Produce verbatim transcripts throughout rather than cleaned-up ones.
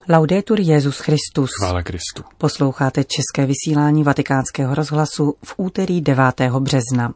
Laudetur Jesus Christus. Chvála Kristu. Posloucháte české vysílání Vatikánského rozhlasu v úterý devátého března.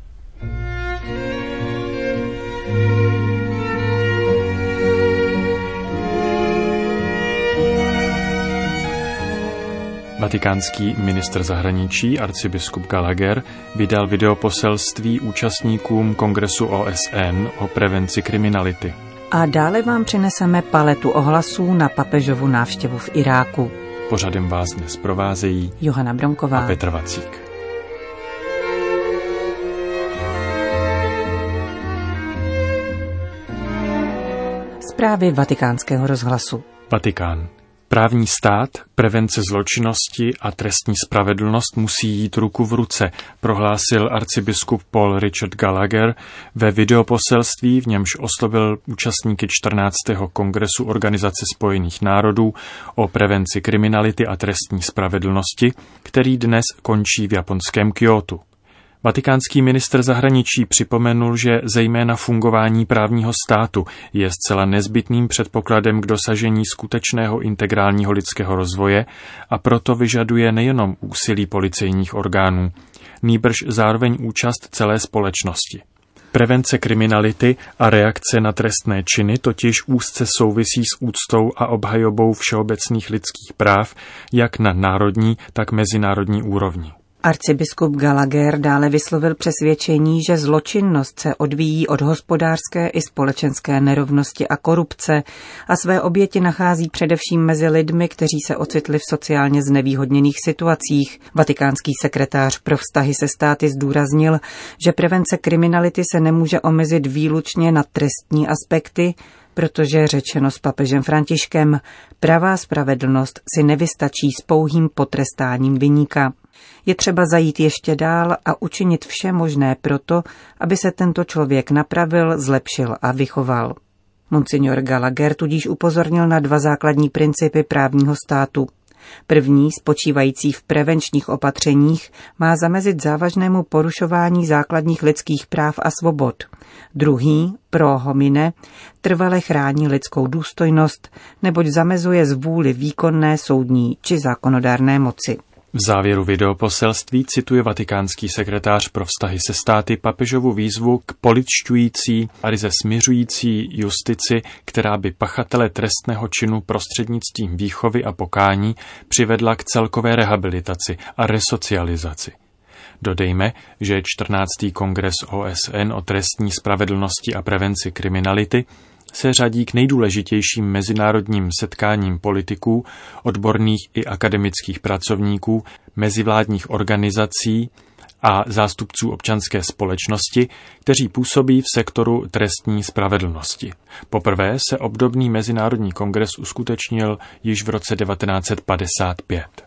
Vatikánský ministr zahraničí arcibiskup Gallagher vydal videoposelství účastníkům kongresu O S N o prevenci kriminality. A dále vám přineseme paletu ohlasů na papežovu návštěvu v Iráku. Pořadem vás dnes provázejí Johana Bronková a Petr Vacík. Zprávy Vatikánského rozhlasu. Vatikán. Právní stát, prevence zločinnosti a trestní spravedlnost musí jít ruku v ruce, prohlásil arcibiskup Paul Richard Gallagher ve videoposelství, v němž oslovil účastníky čtrnáctého kongresu Organizace spojených národů o prevenci kriminality a trestní spravedlnosti, který dnes končí v japonském Kjótu. Vatikánský ministr zahraničí připomenul, že zejména fungování právního státu je zcela nezbytným předpokladem k dosažení skutečného integrálního lidského rozvoje a proto vyžaduje nejenom úsilí policejních orgánů, nýbrž zároveň účast celé společnosti. Prevence kriminality a reakce na trestné činy totiž úzce souvisí s úctou a obhajobou všeobecných lidských práv jak na národní, tak mezinárodní úrovni. Arcibiskup Gallagher dále vyslovil přesvědčení, že zločinnost se odvíjí od hospodářské i společenské nerovnosti a korupce a své oběti nachází především mezi lidmi, kteří se ocitli v sociálně znevýhodněných situacích. Vatikánský sekretář pro vztahy se státy zdůraznil, že prevence kriminality se nemůže omezit výlučně na trestní aspekty, protože řečeno s papežem Františkem, pravá spravedlnost si nevystačí s pouhým potrestáním viníka. Je třeba zajít ještě dál a učinit vše možné proto, aby se tento člověk napravil, zlepšil a vychoval. Monsignor Gallagher tudíž upozornil na dva základní principy právního státu. První, spočívající v prevenčních opatřeních, má zamezit závažnému porušování základních lidských práv a svobod. Druhý, pro homine, trvale chrání lidskou důstojnost, neboť zamezuje zvůli výkonné, soudní či zákonodárné moci. V závěru videoposelství cituje vatikánský sekretář pro vztahy se státy papežovu výzvu k polidšťující a ryze smiřující justici, která by pachatele trestného činu prostřednictvím výchovy a pokání přivedla k celkové rehabilitaci a resocializaci. Dodejme, že čtrnáctý kongres O S N o trestní spravedlnosti a prevenci kriminality se řadí k nejdůležitějším mezinárodním setkáním politiků, odborných i akademických pracovníků, mezivládních organizací a zástupců občanské společnosti, kteří působí v sektoru trestní spravedlnosti. Poprvé se obdobný mezinárodní kongres uskutečnil již v roce devatenáct set padesát pět.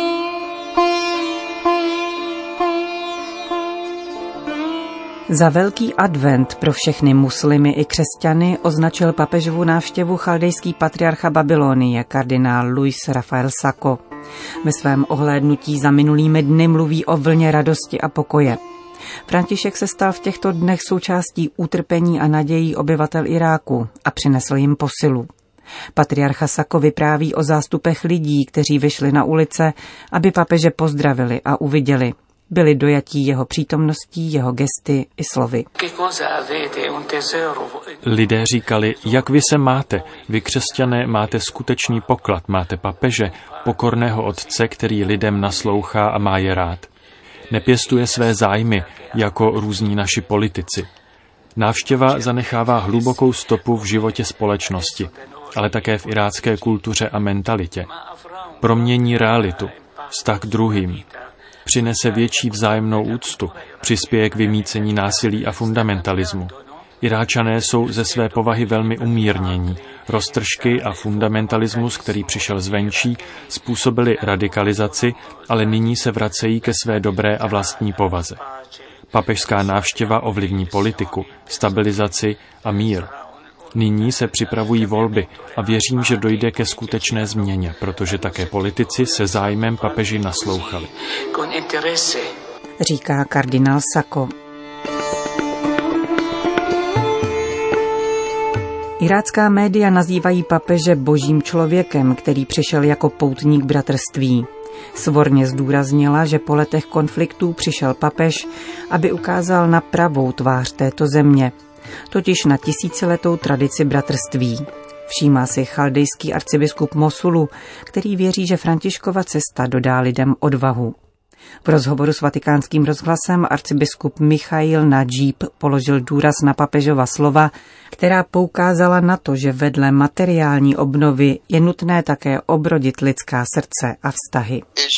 Za velký advent pro všechny muslimy i křesťany označil papežovu návštěvu chaldejský patriarcha Babylonie, kardinál Luis Rafael Sacco. Ve svém ohlédnutí za minulými dny mluví o vlně radosti a pokoje. František se stal v těchto dnech součástí utrpení a nadějí obyvatel Iráku a přinesl jim posilu. Patriarcha Sacco vypráví o zástupech lidí, kteří vyšli na ulice, aby papeže pozdravili a uviděli. Byli dojatí jeho přítomností, jeho gesty i slovy. Lidé říkali, jak vy se máte, vy křesťané máte skutečný poklad, máte papeže, pokorného otce, který lidem naslouchá a má je rád. Nepěstuje své zájmy, jako různí naši politici. Návštěva zanechává hlubokou stopu v životě společnosti, ale také v irácké kultuře a mentalitě. Promění realitu, vztah k druhým. Přinese větší vzájemnou úctu, přispěje k vymýcení násilí a fundamentalismu. Iráčané jsou ze své povahy velmi umírnění. Roztržky a fundamentalismus, který přišel zvenčí, způsobili radikalizaci, ale nyní se vracejí ke své dobré a vlastní povaze. Papežská návštěva ovlivní politiku, stabilizaci a mír. Nyní se připravují volby a věřím, že dojde ke skutečné změně, protože také politici se zájmem papeži naslouchali. Říká kardinál Sacco. Irácká média nazývají papeže božím člověkem, který přišel jako poutník bratrství. Svorně zdůraznila, že po letech konfliktů přišel papež, aby ukázal na pravou tvář této země, totiž na tisíciletou tradici bratrství. Všímá si chaldejský arcibiskup Mosulu, který věří, že Františkova cesta dodá lidem odvahu. V rozhovoru s Vatikánským rozhlasem arcibiskup Michail Nadžíb položil důraz na papežova slova, která poukázala na to, že vedle materiální obnovy je nutné také obrodit lidská srdce a vztahy.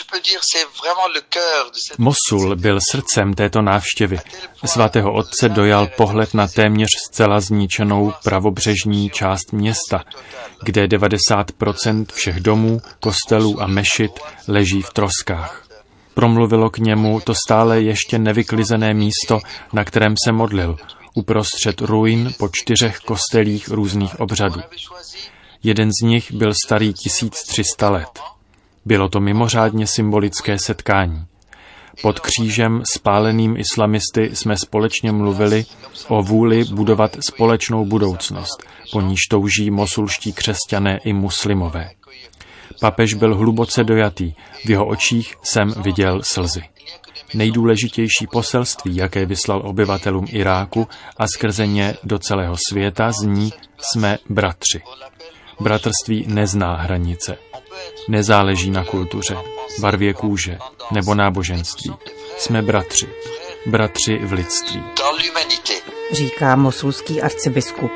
Mosul byl srdcem této návštěvy. Svatého otce dojal pohled na téměř zcela zničenou pravobřežní část města, kde devadesát procent všech domů, kostelů a mešit leží v troskách. Promluvilo k němu to stále ještě nevyklizené místo, na kterém se modlil, uprostřed ruin po čtyřech kostelích různých obřadů. Jeden z nich byl starý tisíc tři sta let. Bylo to mimořádně symbolické setkání. Pod křížem spáleným islamisty jsme společně mluvili o vůli budovat společnou budoucnost, po níž touží mosulští křesťané i muslimové. Papež byl hluboce dojatý, v jeho očích jsem viděl slzy. Nejdůležitější poselství, jaké vyslal obyvatelům Iráku a skrze ně do celého světa, zní: jsme bratři. Bratrství nezná hranice. Nezáleží na kultuře, barvě kůže nebo náboženství. Jsme bratři. Bratři v lidství. Říká mosulský arcibiskup.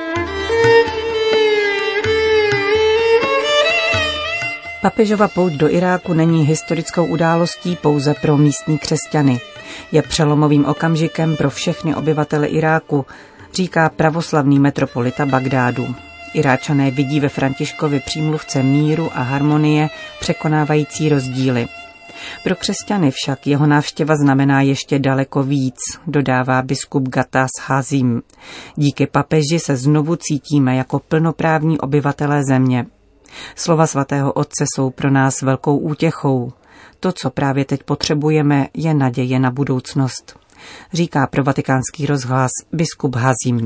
Papežova pouť do Iráku není historickou událostí pouze pro místní křesťany. Je přelomovým okamžikem pro všechny obyvatele Iráku, říká pravoslavný metropolita Bagdádu. Iráčané vidí ve Františkovi přímluvce míru a harmonie překonávající rozdíly. Pro křesťany však jeho návštěva znamená ještě daleko víc, dodává biskup Gattas Hazim. Díky papeži se znovu cítíme jako plnoprávní obyvatelé země. Slova svatého otce jsou pro nás velkou útěchou. To, co právě teď potřebujeme, je naděje na budoucnost, říká pro Vatikánský rozhlas biskup Hazim.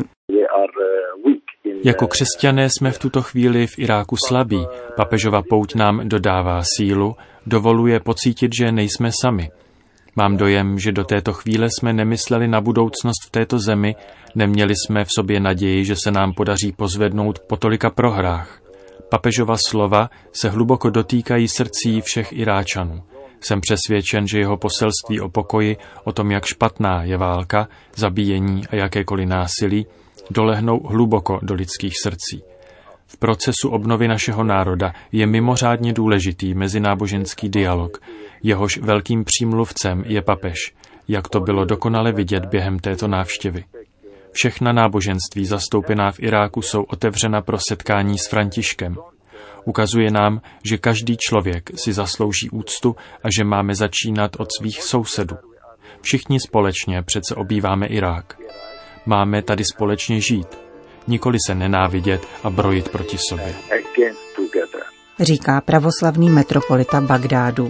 Jako křesťané jsme v tuto chvíli v Iráku slabí. Papežova pouť nám dodává sílu, dovoluje pocítit, že nejsme sami. Mám dojem, že do této chvíle jsme nemysleli na budoucnost v této zemi, neměli jsme v sobě naději, že se nám podaří pozvednout po tolika prohrách. Papežova slova se hluboko dotýkají srdcí všech Iráčanů. Jsem přesvědčen, že jeho poselství o pokoji, o tom, jak špatná je válka, zabíjení a jakékoliv násilí, dolehnou hluboko do lidských srdcí. V procesu obnovy našeho národa je mimořádně důležitý mezináboženský dialog. Jehož velkým přímluvcem je papež, jak to bylo dokonale vidět během této návštěvy. Všechna náboženství zastoupená v Iráku jsou otevřena pro setkání s Františkem. Ukazuje nám, že každý člověk si zaslouží úctu a že máme začínat od svých sousedů. Všichni společně přece obýváme Irák. Máme tady společně žít, nikoli se nenávidět a brojit proti sobě. Říká pravoslavný metropolita Bagdádu.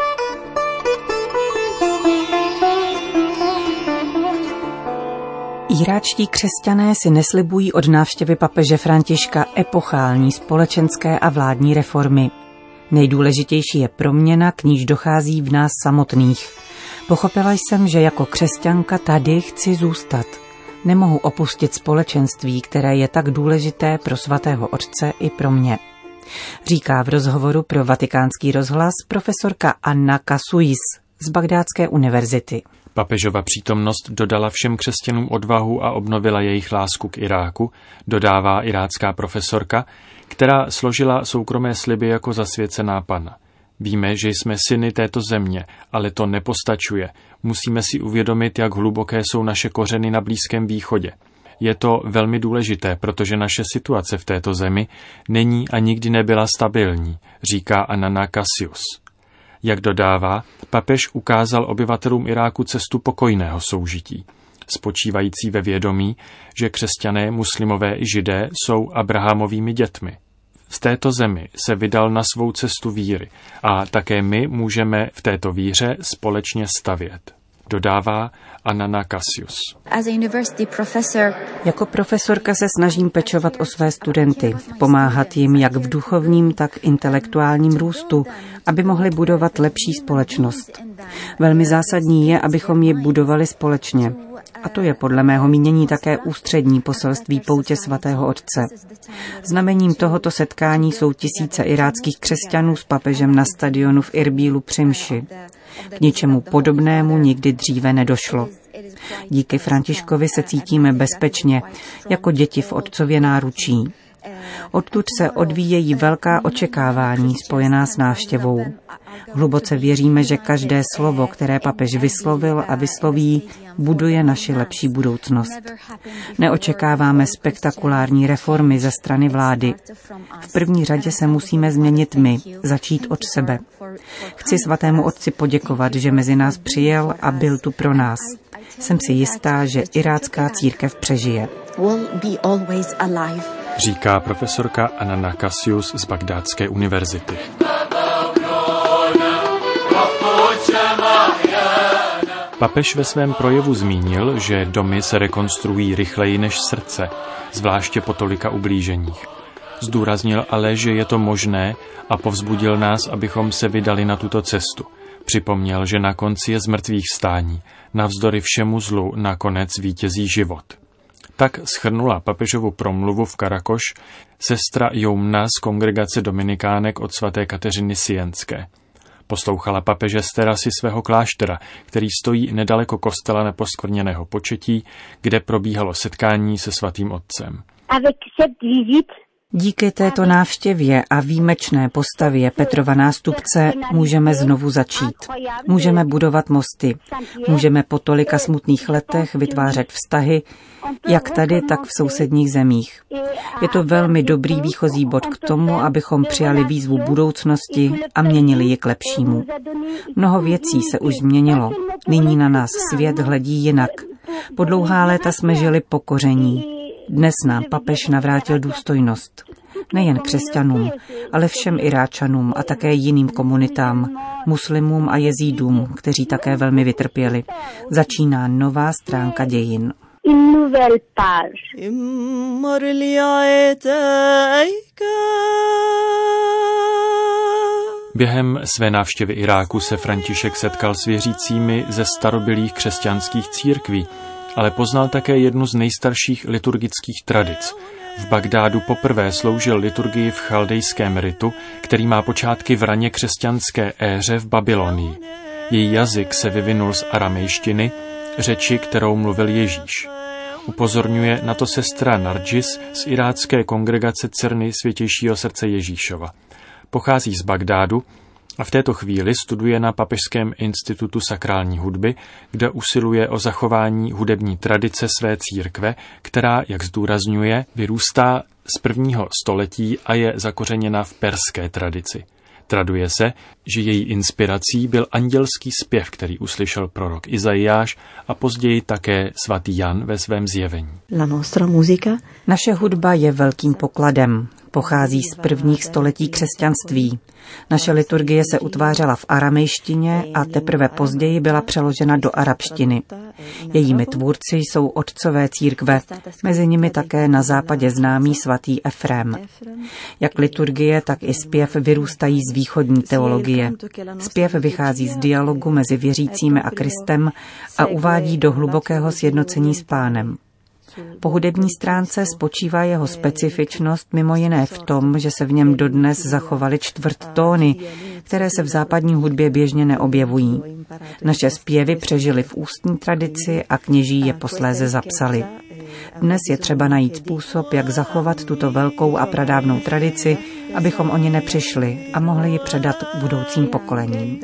Iráčtí křesťané si neslibují od návštěvy papeže Františka epochální společenské a vládní reformy. Nejdůležitější je proměna, k níž dochází v nás samotných. Pochopila jsem, že jako křesťanka tady chci zůstat. Nemohu opustit společenství, které je tak důležité pro svatého otce i pro mě. Říká v rozhovoru pro Vatikánský rozhlas profesorka Anna Kasuis z Bagdádské univerzity. Papežova přítomnost dodala všem křesťanům odvahu a obnovila jejich lásku k Iráku, dodává irácká profesorka, která složila soukromé sliby jako zasvěcená panna. Víme, že jsme syny této země, ale to nepostačuje. Musíme si uvědomit, jak hluboké jsou naše kořeny na Blízkém východě. Je to velmi důležité, protože naše situace v této zemi není a nikdy nebyla stabilní, říká Anna Cassius. Jak dodává, papež ukázal obyvatelům Iráku cestu pokojného soužití, spočívající ve vědomí, že křesťané, muslimové i židé jsou Abrahamovými dětmi. V této zemi se vydal na svou cestu víry a také my můžeme v této víře společně stavět. dodává Anna Cassius. Jako profesorka se snažím pečovat o své studenty, pomáhat jim jak v duchovním, tak intelektuálním růstu, aby mohli budovat lepší společnost. Velmi zásadní je, abychom ji budovali společně. A to je podle mého mínění také ústřední poselství poutě svatého otce. Znamením tohoto setkání jsou tisíce iráckých křesťanů s papežem na stadionu v Irbílu při mši. K ničemu podobnému nikdy dříve nedošlo. Díky Františkovi se cítíme bezpečně, jako děti v otcově náručí. Odtud se odvíjejí velká očekávání spojená s návštěvou. Hluboce věříme, že každé slovo, které papež vyslovil a vysloví, buduje naši lepší budoucnost. Neočekáváme spektakulární reformy ze strany vlády. V první řadě se musíme změnit my, začít od sebe. Chci svatému otci poděkovat, že mezi nás přijel a byl tu pro nás. Jsem si jistá, že irácká církev přežije. Říká profesorka Anna Cassius z Bagdátské univerzity. Papež ve svém projevu zmínil, že domy se rekonstruují rychleji než srdce, zvláště po tolika ublíženích. Zdůraznil ale, že je to možné a povzbudil nás, abychom se vydali na tuto cestu. Připomněl, že na konci je zmrtvých vstání, navzdory všemu zlu nakonec vítězí život. Tak shrnula papežovu promluvu v Karakoš sestra Joumna z kongregace dominikánek od svaté Kateřiny Sienské. Poslouchala papeže z terasy svého kláštera, který stojí nedaleko kostela Neposkvrněného početí, kde probíhalo setkání se svatým otcem. Díky této návštěvě a výjimečné postavě Petrova nástupce můžeme znovu začít. Můžeme budovat mosty. Můžeme po tolika smutných letech vytvářet vztahy, jak tady, tak v sousedních zemích. Je to velmi dobrý výchozí bod k tomu, abychom přijali výzvu budoucnosti a měnili ji k lepšímu. Mnoho věcí se už změnilo. Nyní na nás svět hledí jinak. Po dlouhá léta jsme žili pokoření. Dnes nám papež navrátil důstojnost. Nejen křesťanům, ale všem Iráčanům a také jiným komunitám, muslimům a jezídům, kteří také velmi vytrpěli. Začíná nová stránka dějin. Během své návštěvy Iráku se František setkal s věřícími ze starobylých křesťanských církví, ale poznal také jednu z nejstarších liturgických tradic. V Bagdádu poprvé sloužil liturgii v chaldejském ritu, který má počátky v raně křesťanské éře v Babylonii. Její jazyk se vyvinul z aramejštiny, řeči, kterou mluvil Ježíš. Upozorňuje na to sestra Narjis z irácké kongregace Dcery Světějšího srdce Ježíšova. Pochází z Bagdádu a v této chvíli studuje na Papežském institutu sakrální hudby, kde usiluje o zachování hudební tradice své církve, která, jak zdůrazňuje, vyrůstá z prvního století a je zakořeněna v perské tradici. Traduje se, že její inspirací byl andělský zpěv, který uslyšel prorok Izajáš a později také svatý Jan ve svém zjevení. Naše hudba je velkým pokladem. Pochází z prvních století křesťanství. Naše liturgie se utvářela v aramejštině a teprve později byla přeložena do arabštiny. Jejími tvůrci jsou otcové církve, mezi nimi také na západě známý svatý Efrém. Jak liturgie, tak i zpěv vyrůstají z východní teologie. Zpěv vychází z dialogu mezi věřícími a Kristem a uvádí do hlubokého sjednocení s Pánem. Po hudební stránce spočívá jeho specifičnost mimo jiné v tom, že se v něm dodnes zachovaly čtvrttóny, které se v západní hudbě běžně neobjevují. Naše zpěvy přežily v ústní tradici a kněží je posléze zapsali. Dnes je třeba najít způsob, jak zachovat tuto velkou a pradávnou tradici, abychom o ně nepřišli a mohli ji předat budoucím pokolením.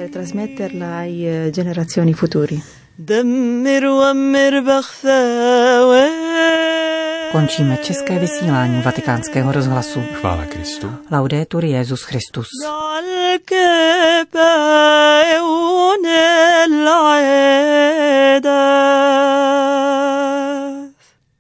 Končíme české vysílání Vatikánského rozhlasu. Chvála Kristu. Laudetur Jesus Christus.